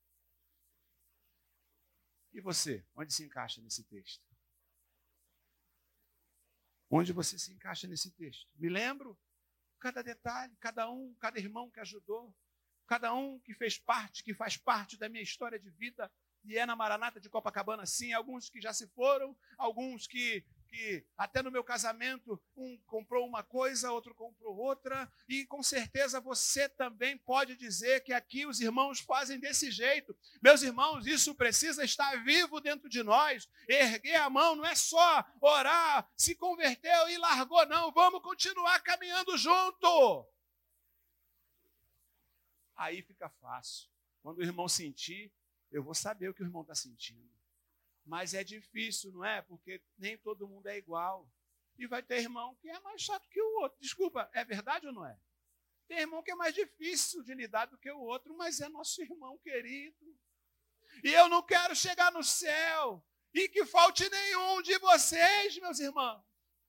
E você, onde se encaixa nesse texto? Onde você se encaixa nesse texto? Me lembro cada detalhe, cada um, cada irmão que ajudou, cada um que fez parte, que faz parte da minha história de vida, e é na Maranata de Copacabana, sim, alguns que já se foram, alguns que que até no meu casamento, um comprou uma coisa, outro comprou outra, e com certeza você também pode dizer que aqui os irmãos fazem desse jeito. Meus irmãos, isso precisa estar vivo dentro de nós. Erguer a mão não é só orar, se converteu e largou, não. Vamos continuar caminhando junto. Aí fica fácil. Quando o irmão sentir, eu vou saber o que o irmão está sentindo. Mas é difícil, não é? Porque nem todo mundo é igual. E vai ter irmão que é mais chato que o outro. Desculpa, é verdade ou não é? Tem irmão que é mais difícil de lidar do que o outro, mas é nosso irmão querido. E eu não quero chegar no céu e que falte nenhum de vocês, meus irmãos.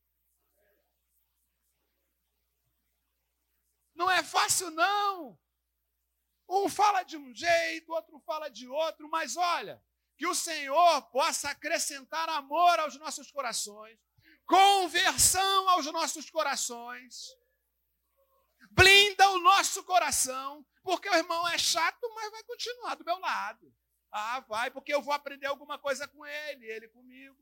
Não é fácil, não. Um fala de um jeito, outro fala de outro, mas olha, que o Senhor possa acrescentar amor aos nossos corações, conversão aos nossos corações, blinda o nosso coração, porque o irmão é chato, mas vai continuar do meu lado. Ah, vai, porque eu vou aprender alguma coisa com ele, ele comigo.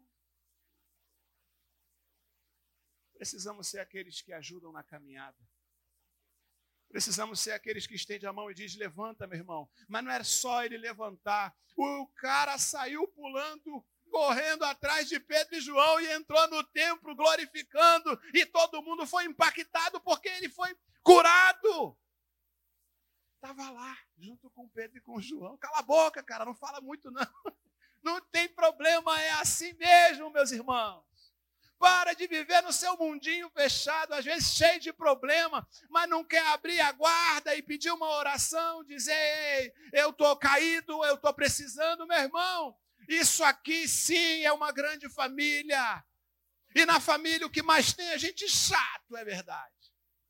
Precisamos ser aqueles que ajudam na caminhada. Precisamos ser aqueles que estendem a mão e dizem, levanta, meu irmão. Mas não era só ele levantar. O cara saiu pulando, correndo atrás de Pedro e João e entrou no templo glorificando. E todo mundo foi impactado porque ele foi curado. Estava lá, junto com Pedro e com João. Cala a boca, cara, não fala muito não. Não tem problema, é assim mesmo, meus irmãos. Para de viver no seu mundinho fechado, às vezes cheio de problema, mas não quer abrir a guarda e pedir uma oração, dizer, ei, eu estou caído, eu estou precisando, meu irmão. Isso aqui sim é uma grande família. E na família o que mais tem é gente chato, é verdade.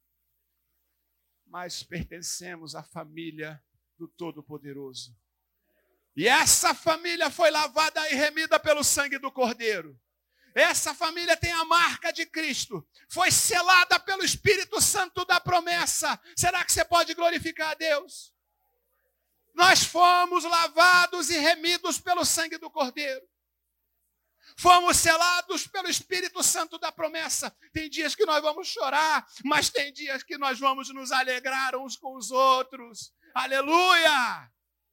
Mas pertencemos à família do Todo-Poderoso. E essa família foi lavada e remida pelo sangue do Cordeiro. Essa família tem a marca de Cristo. Foi selada pelo Espírito Santo da promessa. Será que você pode glorificar a Deus? Nós fomos lavados e remidos pelo sangue do Cordeiro. Fomos selados pelo Espírito Santo da promessa. Tem dias que nós vamos chorar, mas tem dias que nós vamos nos alegrar uns com os outros. Aleluia!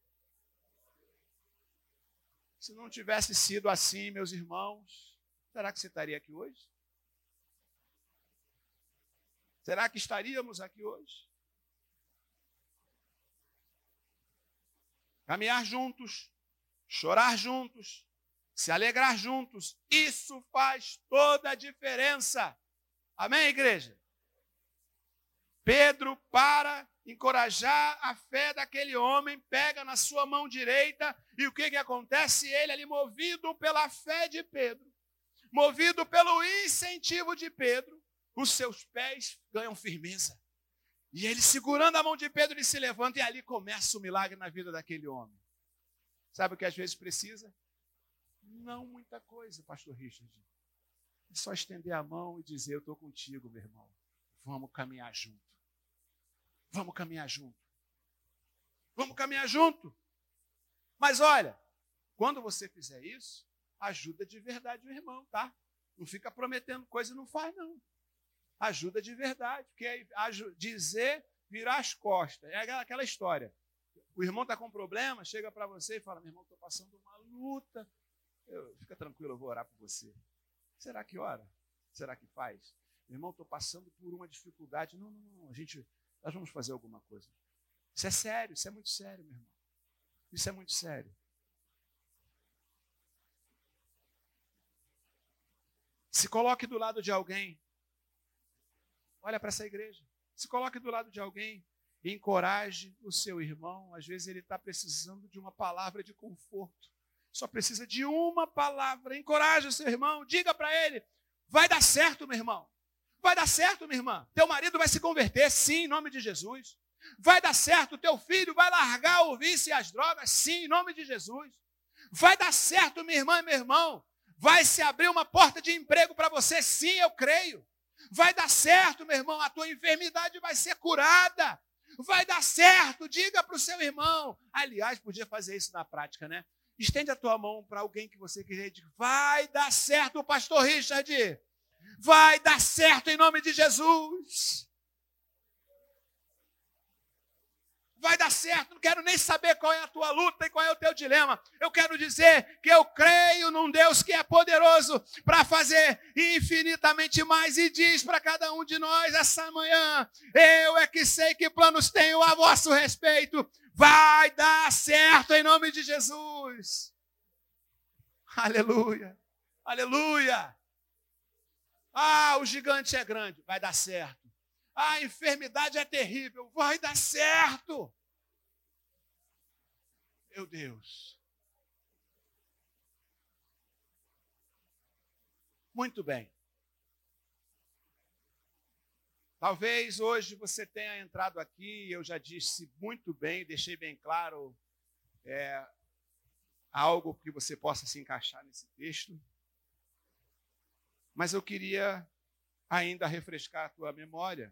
Se não tivesse sido assim, meus irmãos, será que você estaria aqui hoje? Será que estaríamos aqui hoje? Caminhar juntos, chorar juntos, se alegrar juntos, isso faz toda a diferença. Amém, igreja? Pedro, para encorajar a fé daquele homem, pega na sua mão direita e o que, que acontece? Ele ali movido pela fé de Pedro, movido pelo incentivo de Pedro, os seus pés ganham firmeza. E ele segurando a mão de Pedro, ele se levanta e ali começa o milagre na vida daquele homem. Sabe o que às vezes precisa? Não muita coisa, pastor Richard. É só estender a mão e dizer, eu estou contigo, meu irmão. Vamos caminhar junto. Vamos caminhar junto. Vamos caminhar junto. Mas olha, quando você fizer isso, ajuda de verdade o irmão, tá? Não fica prometendo coisa e não faz, não. Ajuda de verdade, porque dizer, virar as costas. É aquela história. O irmão está com problema, chega para você e fala, meu irmão, estou passando uma luta. Eu, fica tranquilo, eu vou orar por você. Será que ora? Será que faz? Meu irmão, estou passando por uma dificuldade. Não, não, não, a gente, nós vamos fazer alguma coisa. Isso é sério, isso é muito sério, meu irmão. Isso é muito sério. Se coloque do lado de alguém. Olha para essa igreja. Se coloque do lado de alguém e encoraje o seu irmão. Às vezes ele está precisando de uma palavra de conforto. Só precisa de uma palavra. Encoraje o seu irmão. Diga para ele, vai dar certo, meu irmão. Vai dar certo, minha irmã. Teu marido vai se converter, sim, em nome de Jesus. Vai dar certo, teu filho vai largar o vício e as drogas, sim, em nome de Jesus. Vai dar certo, minha irmã e meu irmão. Vai se abrir uma porta de emprego para você, sim, eu creio. Vai dar certo, meu irmão, a tua enfermidade vai ser curada. Vai dar certo, diga para o seu irmão. Aliás, podia fazer isso na prática, né? Estende a tua mão para alguém que você queria dizer, vai dar certo, pastor Richard. Vai dar certo em nome de Jesus. Vai dar certo, não quero nem saber qual é a tua luta e qual é o teu dilema. Eu quero dizer que eu creio num Deus que é poderoso para fazer infinitamente mais. E diz para cada um de nós essa manhã, eu é que sei que planos tenho a vosso respeito. Vai dar certo em nome de Jesus. Aleluia, aleluia. Ah, o gigante é grande, vai dar certo. Ah, a enfermidade é terrível, vai dar certo. Meu Deus. Muito bem. Talvez hoje você tenha entrado aqui, eu já disse muito bem, deixei bem claro é, algo que você possa se encaixar nesse texto. Mas eu queria ainda refrescar a tua memória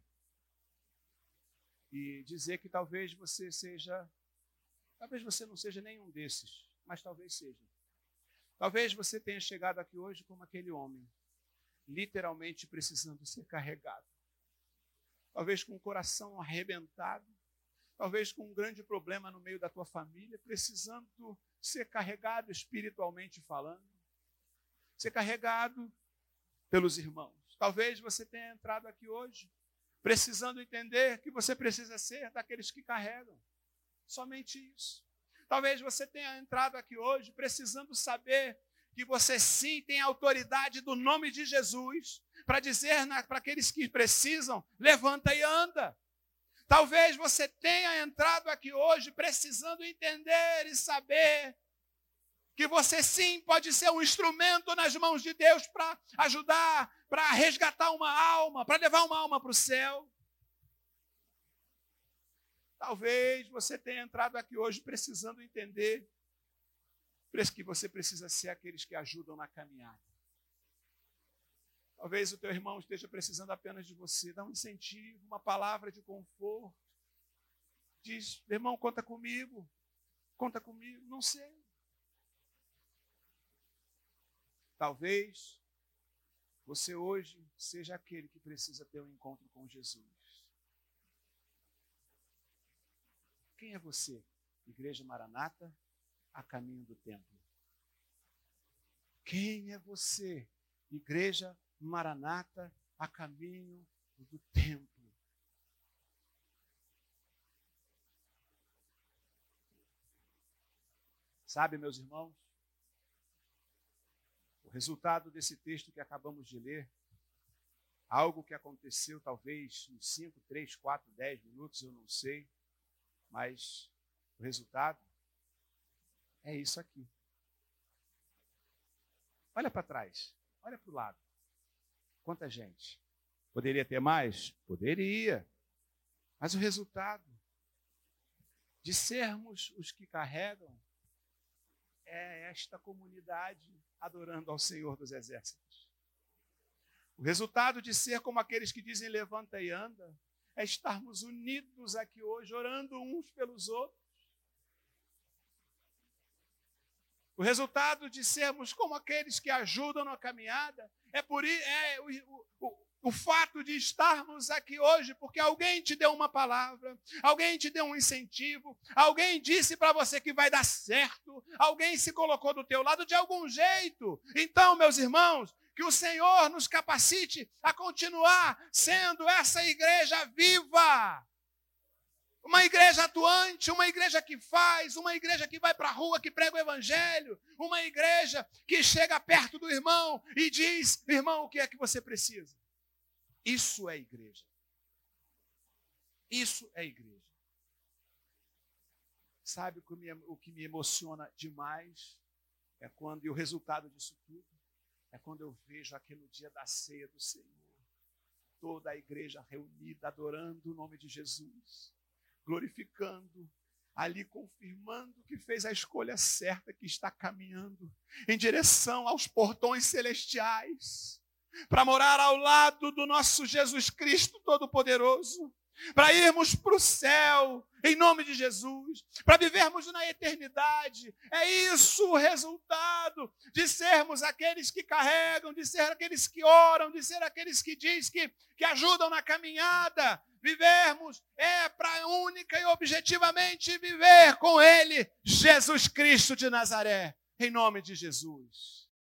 e dizer que talvez você seja, talvez você não seja nenhum desses, mas talvez seja. Talvez você tenha chegado aqui hoje como aquele homem, literalmente precisando ser carregado. Talvez com o coração arrebentado, talvez com um grande problema no meio da tua família, precisando ser carregado espiritualmente falando, ser carregado pelos irmãos. Talvez você tenha entrado aqui hoje precisando entender que você precisa ser daqueles que carregam. Somente isso. Talvez você tenha entrado aqui hoje precisando saber que você sim tem a autoridade do nome de Jesus para dizer para aqueles que precisam, levanta e anda. Talvez você tenha entrado aqui hoje precisando entender e saber que você sim pode ser um instrumento nas mãos de Deus para ajudar, para resgatar uma alma, para levar uma alma para o céu. Talvez você tenha entrado aqui hoje precisando entender que você precisa ser aqueles que ajudam na caminhada. Talvez o teu irmão esteja precisando apenas de você, dá um incentivo, uma palavra de conforto. Diz, irmão, conta comigo, conta comigo, não sei. Talvez você hoje seja aquele que precisa ter um encontro com Jesus. Quem é você? Igreja Maranata, a caminho do templo. Quem é você? Igreja Maranata, a caminho do templo. Sabe, meus irmãos, o resultado desse texto que acabamos de ler, algo que aconteceu talvez em cinco, três, quatro, dez minutos, eu não sei, mas o resultado é isso aqui. Olha para trás, olha para o lado. Quanta gente. Poderia ter mais? Poderia. Mas o resultado de sermos os que carregam é esta comunidade adorando ao Senhor dos Exércitos. O resultado de ser como aqueles que dizem levanta e anda é estarmos unidos aqui hoje, orando uns pelos outros. O resultado de sermos como aqueles que ajudam na caminhada é, por, é o, o, o fato de estarmos aqui hoje porque alguém te deu uma palavra, alguém te deu um incentivo, alguém disse para você que vai dar certo, alguém se colocou do teu lado de algum jeito. Então, meus irmãos, que o Senhor nos capacite a continuar sendo essa igreja viva. Uma igreja atuante, uma igreja que faz, uma igreja que vai para a rua, que prega o evangelho, uma igreja que chega perto do irmão e diz, irmão, o que é que você precisa? Isso é igreja. Isso é igreja. Sabe o que me, o que me emociona demais? É quando, e o resultado disso tudo, é quando eu vejo aquele dia da ceia do Senhor. Toda a igreja reunida, adorando o nome de Jesus. Glorificando, ali confirmando que fez a escolha certa, que está caminhando em direção aos portões celestiais, para morar ao lado do nosso Jesus Cristo Todo-Poderoso, para irmos para o céu, em nome de Jesus, para vivermos na eternidade. É isso o resultado de sermos aqueles que carregam, de ser aqueles que oram, de ser aqueles que diz que, que ajudam na caminhada. Vivermos é para única e objetivamente viver com Ele, Jesus Cristo de Nazaré, em nome de Jesus.